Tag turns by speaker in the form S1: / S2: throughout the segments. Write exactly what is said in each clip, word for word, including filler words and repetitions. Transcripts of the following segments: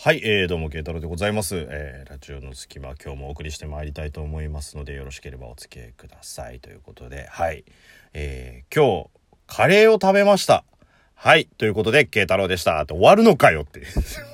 S1: はい、えー、どうも慶太郎でございます、えー、ラジオの隙間今日もお送りしてまいりたいと思いますのでよろしければお付き合いくださいということで、はい、えー、今日カレーを食べました。はいということで慶太郎でしたって終わるのかよって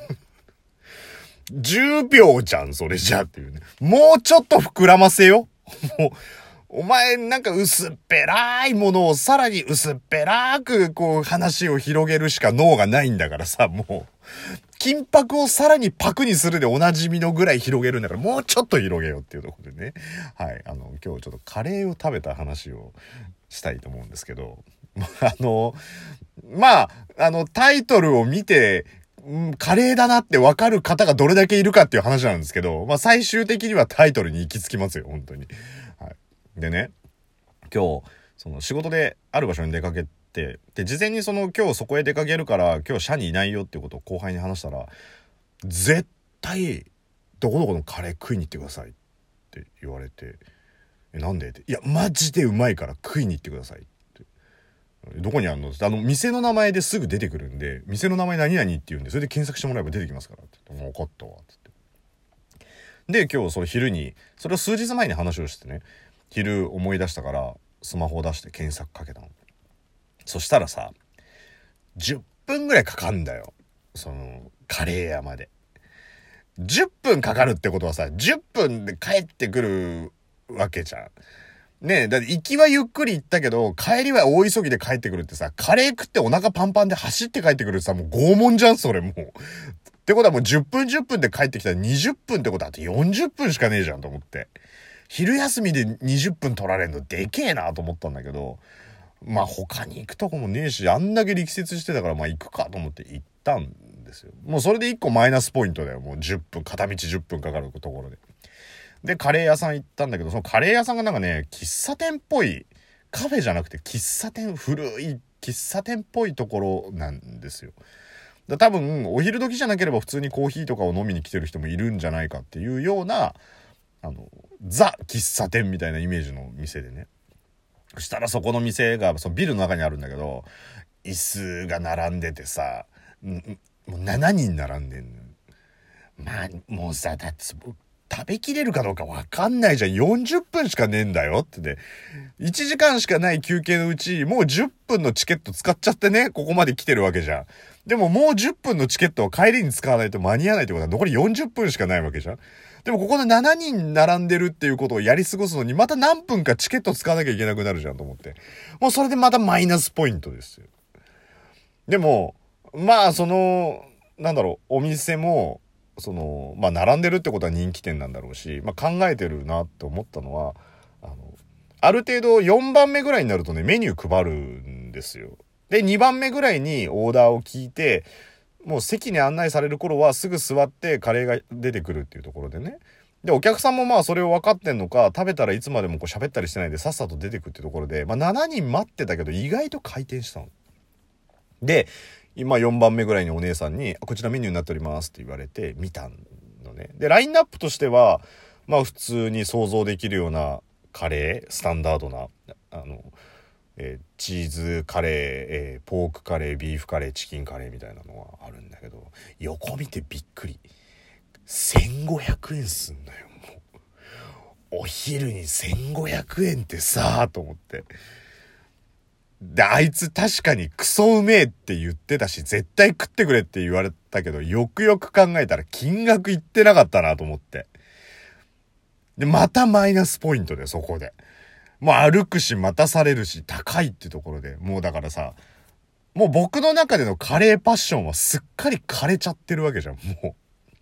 S1: じゅうびょうじゃんそれじゃっていうね。もうちょっと膨らませよもうお前なんか薄っぺらいものをさらに薄っぺらくこう話を広げるしか脳がないんだからさ、もう金箔をさらにパクにするでおなじみのぐらい広げるんだからもうちょっと広げようっていうところでね。はい、あの今日ちょっとカレーを食べた話をしたいと思うんですけど、あのまああのタイトルを見てうん、カレーだなって分かる方がどれだけいるかっていう話なんですけど、まあ最終的にはタイトルに行き着きますよ本当に。はい、でね、今日その仕事である場所に出かけて、で事前にその今日そこへ出かけるから今日社にいないよっていうことを後輩に話したら、絶対どこどこのカレー食いに行ってくださいって言われて、えなんでって、いやマジでうまいから食いに行ってくださいって。どこにあるのって、あの店の名前ですぐ出てくるんで、店の名前何々って言うんでそれで検索してもらえば出てきますからって言って、もう分かったわって言って、で今日それ昼にそれを数日前に話をしてね、昼思い出したからスマホを出して検索かけたの。そしたらさじゅっぷんぐらいかかんだよ、そのカレー屋まで。じゅっぷんかかるってことはさじゅっぷんで帰ってくるわけじゃんねえ。だって行きはゆっくり行ったけど帰りは大急ぎで帰ってくるってさ、カレー食ってお腹パンパンで走って帰ってくるってさ、もう拷問じゃんそれもうってことはもうじゅっぷんじゅっぷんで帰ってきたらにじゅっぷんってことはあとよんじゅっぷんしかねえじゃんと思って、昼休みでにじゅっぷん取られんのでけえなと思ったんだけど、まあ他に行くとこもねえし、あんだけ力説してたからまあ行くかと思って行ったんですよ。もうそれでいっこマイナスポイントだよ。もうじゅっぷん、片道じゅっぷんかかるところで。でカレー屋さん行ったんだけど、そのカレー屋さんがなんかね喫茶店っぽい、カフェじゃなくて喫茶店、古い喫茶店っぽいところなんですよ。だ多分お昼時じゃなければ普通にコーヒーとかを飲みに来てる人もいるんじゃないかっていうような、あのザ喫茶店みたいなイメージの店でね。そしたらそこの店がそのビルの中にあるんだけど、椅子が並んでてさ、もうしちにん並んでんの。まあもうさ、だって食べきれるかどうか分かんないじゃん。よんじゅっぷんしかねえんだよってね。いちじかんしかない休憩のうちもうじゅっぷんのチケット使っちゃってね、ここまで来てるわけじゃん。でももうじゅっぷんのチケットを帰りに使わないと間に合わないってことは残りよんじゅっぷんしかないわけじゃん。でもここでしちにん並んでるっていうことをやり過ごすのにまた何分かチケット使わなきゃいけなくなるじゃんと思って、もうそれでまたマイナスポイントですよ。でもまあそのなんだろう、お店もそのまあ並んでるってことは人気店なんだろうし、まあ、考えてるなって思ったのは、あのある程度よんばんめぐらいになるとねメニュー配るんですよ。でにばんめぐらいにオーダーを聞いて、もう席に案内される頃はすぐ座ってカレーが出てくるっていうところでね。でお客さんもまあそれを分かってんのか、食べたらいつまでもこう喋ったりしてないでさっさと出てくっていうところで、まあしちにん待ってたけど意外と回転したので、今よんばんめぐらいにお姉さんにこちらメニューになっておりますって言われて見たのね。でラインナップとしてはまあ普通に想像できるようなカレー、スタンダードなあの、えー、チーズカレー、えー、ポークカレー、ビーフカレー、チキンカレーみたいなのはあるんだけど、横見てびっくり、せんごひゃくえんすんだよ。もうお昼にせんごひゃくえんってさーと思って。であいつ確かにクソうめえって言ってたし絶対食ってくれって言われたけど、よくよく考えたら金額言ってなかったなと思って、でまたマイナスポイントで、そこでもう歩くし待たされるし高いってところで、もうだからさ、もう僕の中でのカレーパッションはすっかり枯れちゃってるわけじゃんも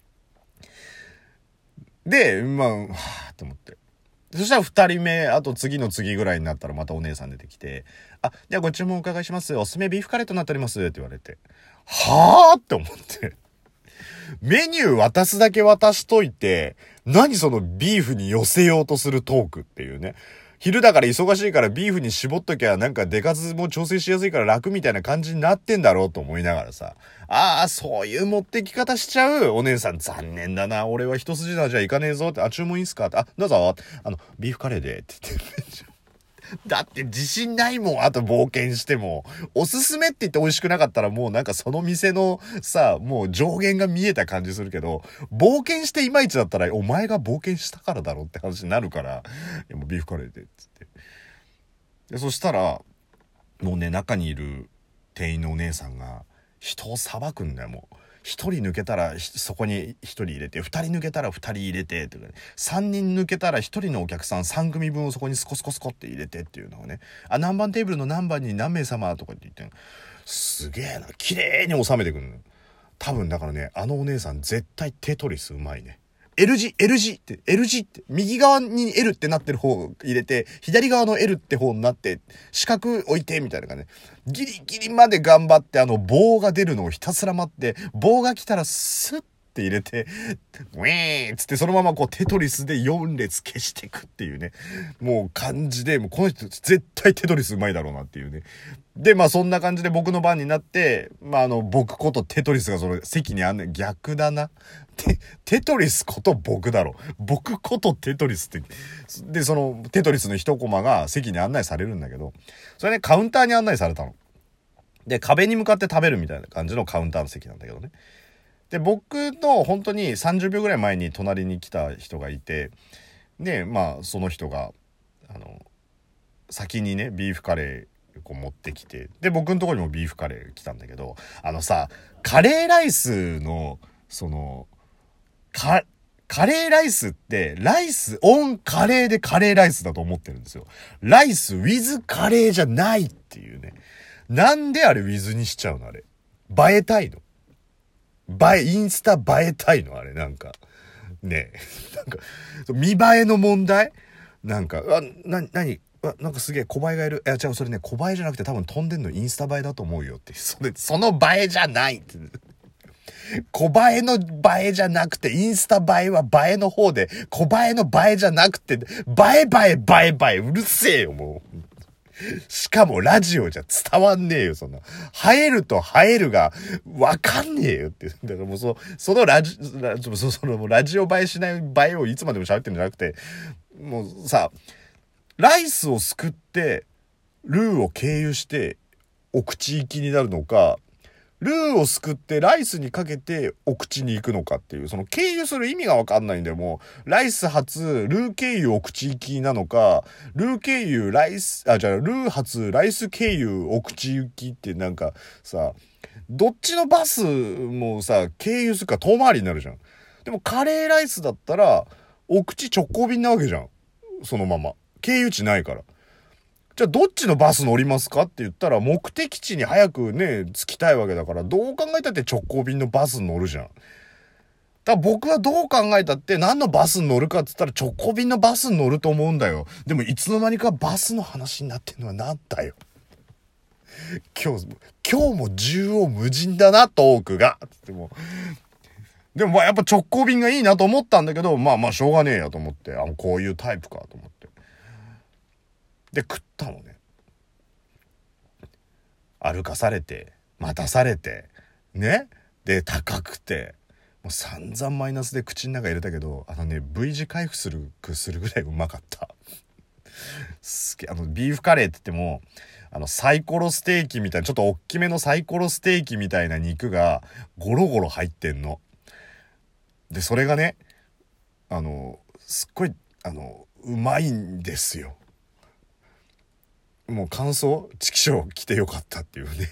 S1: う。でまあはぁと思って、そしたらふたりめ、あと次の次ぐらいになったらまたお姉さん出てきて、あ、ではご注文お伺いします。おすすめビーフカレーとなっておりますって言われて、はぁって思って。メニュー渡すだけ渡しといて、何そのビーフに寄せようとするトークっていうね。昼だから忙しいからビーフに絞っときゃなんか出数も調整しやすいから楽みたいな感じになってんだろうと思いながらさ、ああそういう持ってき方しちゃうお姉さん残念だな、俺は一筋縄じゃいかねえぞって、あ注文いいっすかって、あどうぞ、あのビーフカレーでって言ってだって自信ないもん、あと冒険しても。おすすめって言って美味しくなかったらもうなんかその店のさ、もう上限が見えた感じするけど、冒険していまいちだったらお前が冒険したからだろって話になるから、いやもうビーフカレーで、つって。で、そしたら、もうね、中にいる店員のお姉さんが人を裁くんだよ、もう。一人抜けたらそこに一人入れて、二人抜けたら二人入れてとか、ね、三人抜けたら一人のお客さん三組分をそこにスコスコスコって入れてっていうのをね、あ、何番テーブルの何番に何名様とかって言ってんの、すげえな、綺麗に収めてくるの。多分だからね、あのお姉さん絶対テトリスうまいね。L 字、L 字って、L 字って、右側に L ってなってる方を入れて、左側の L って方になって、四角置いて、みたいな感じで、ギリギリまで頑張って、あの棒が出るのをひたすら待って、棒が来たらスッって入れて、ウィーンつってそのままこうテトリスでよん列消していくっていうね、もう感じで、もうこの人絶対テトリスうまいだろうなっていうね。で、まあそんな感じで僕の番になって、まああの僕ことテトリスがその席にあんねん。逆だな。テ、テトリスこと僕だろ。僕ことテトリスって。で、そのテトリスの一コマが席に案内されるんだけど、それね、カウンターに案内されたの。で、壁に向かって食べるみたいな感じのカウンターの席なんだけどね。で、僕の本当にさんじゅうびょうぐらい前に隣に来た人がいて、で、まあその人が、あの、先にね、ビーフカレー、こう持ってきて、で僕のところにもビーフカレー来たんだけど、あのさ、カレーライスのそのかカレーライスってライスオンカレーでカレーライスだと思ってるんですよ。ライスウィズカレーじゃないっていうね。なんであれウィズにしちゃうの、あれ。映えたいの、映えインスタ映えたいの、あれ。なんかねえなんか見栄えの問題、なんかあな何あ、なんかすげえ小映えがいる。いや違う、それね、小映えじゃなくて多分飛んでんのインスタ映えだと思うよって。それ、その映えじゃないって。小映えの映えじゃなくて、インスタ映えは映えの方で、小映えの映えじゃなくて、映え映え映え映え、うるせえよ、もう。しかもラジオじゃ伝わんねえよ、そんな。映えると映えるがわかんねえよって。だからもうそ、そのラジ、ラそそのラジオ映えしない映えをいつまでも喋ってるんじゃなくて、もうさ、ライスをすくってルーを経由してお口行きになるのか、ルーをすくってライスにかけてお口に行くのかっていう、その経由する意味がわかんないんだよ。もうライス初ルー経由お口行きなのか、ルー経由ライス、あ、じゃあルー初ライス経由お口行きって、なんかさ、どっちのバスもさ経由するか遠回りになるじゃん。でもカレーライスだったらお口直行便なわけじゃん、そのまま経由地ないから。じゃあどっちのバス乗りますかって言ったら、目的地に早くね着きたいわけだから、どう考えたって直行便のバスに乗るじゃん。だから僕はどう考えたって何のバスに乗るかって言ったら直行便のバスに乗ると思うんだよ。でもいつの間にかバスの話になってんのはなんだよ。今日今日も縦横無尽だなトークが。でもでもまあやっぱ直行便がいいなと思ったんだけど、まあまあしょうがねえやと思って、あ、こういうタイプかと思って。で食ったのね。歩かされて待たされてね、で高くてもう散々マイナスで口の中入れたけど、あのね V 字回復するするぐらいうまかったすげえ。あのビーフカレーって言っても、あのサイコロステーキみたいなちょっと大きめのサイコロステーキみたいな肉がゴロゴロ入ってんので、それがね、あのすっごいあのうまいんですよ。もう感想、チキショー来てよかったっていうね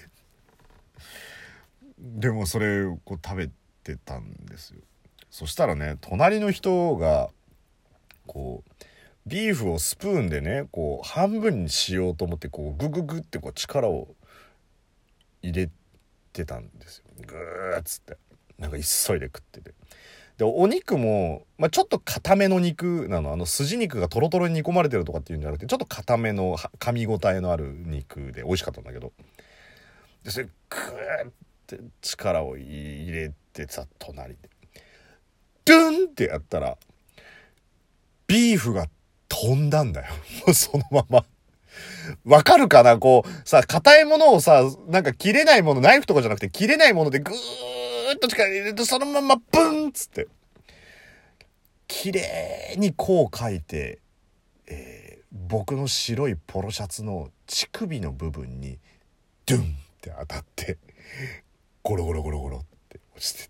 S1: でもそれをこう食べてたんですよ。そしたらね、隣の人がこうビーフをスプーンでねこう半分にしようと思ってこうグググってこう力を入れてたんですよ。グーッつってなんか急いで食ってて、でお肉も、まあ、ちょっと固めの肉なの。あの筋肉がトロトロに煮込まれてるとかっていうんじゃなくて、ちょっと固めの噛み応えのある肉で美味しかったんだけど、でそれグーって力を入れてさ、隣でドゥンってやったらビーフが飛んだんだよもうそのままわかるかな、こうさ、硬いものをさ、なんか切れないもの、ナイフとかじゃなくて切れないものでグーッと力入れるとそのままブンっつって綺麗にこう書いて、え僕の白いポロシャツの乳首の部分にドゥンって当たってゴロゴロゴロゴロって落ちてって、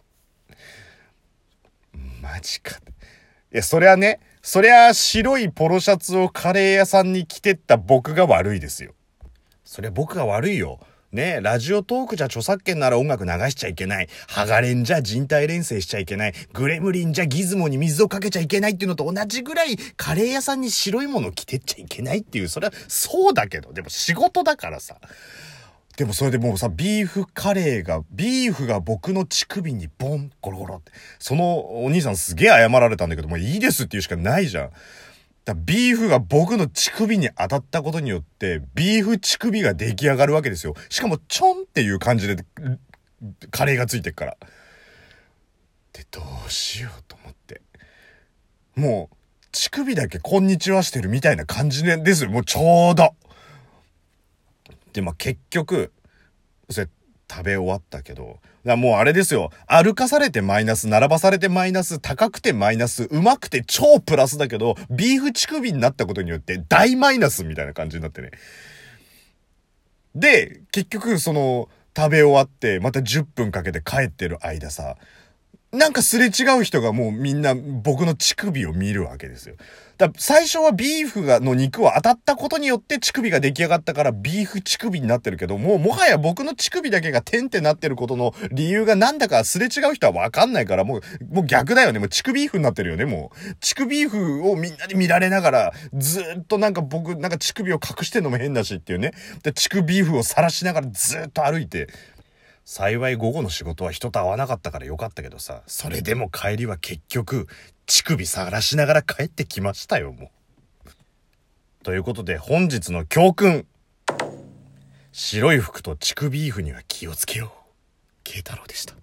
S1: マジかって。いやそりゃね、そりゃ白いポロシャツをカレー屋さんに着てった僕が悪いですよ。そりゃ僕が悪いよ。ねえ、ラジオトークじゃ著作権なら音楽流しちゃいけない。ハガレンじゃ人体錬成しちゃいけない。グレムリンじゃギズモに水をかけちゃいけないっていうのと同じぐらい、カレー屋さんに白いものを着てっちゃいけないっていう、それはそうだけど、でも仕事だからさ。でもそれでもうさ、ビーフカレーが、ビーフが僕の乳首にボン、ゴロゴロって。そのお兄さんすげえ謝られたんだけど、もういいですって言うしかないじゃん。だビーフが僕の乳首に当たったことによって、ビーフ乳首が出来上がるわけですよ。しかもちょんっていう感じで、カレーがついてっから。で、どうしようと思って。もう、乳首だけこんにちはしてるみたいな感じですよ。もうちょうど。で、まあ、結局、それ食べ終わったけど、だからもうあれですよ。歩かされてマイナス、並ばされてマイナス、高くてマイナス、うまくて超プラスだけど、ビーフ乳首になったことによって大マイナスみたいな感じになってね。で、結局その、食べ終わって、またじゅっぷんかけて帰ってる間さ、なんかすれ違う人がもうみんな僕の乳首を見るわけですよ。だ最初はビーフがの肉を当たったことによって乳首が出来上がったからビーフ乳首になってるけど、もうもはや僕の乳首だけが点ってなってることの理由がなんだかすれ違う人はわかんないから、もう、もう逆だよね。もう乳首ビーフになってるよね、もう。乳首ビーフをみんなで見られながら、ずーっとなんか僕、なんか乳首を隠してんのも変だしっていうね。で、乳首ビーフを晒しながらずーっと歩いて、幸い午後の仕事は人と会わなかったからよかったけどさ、それでも帰りは結局、乳首晒しながら帰ってきましたよ、もう。ということで本日の教訓。白い服と乳首ビーフには気をつけよう。慶太郎でした。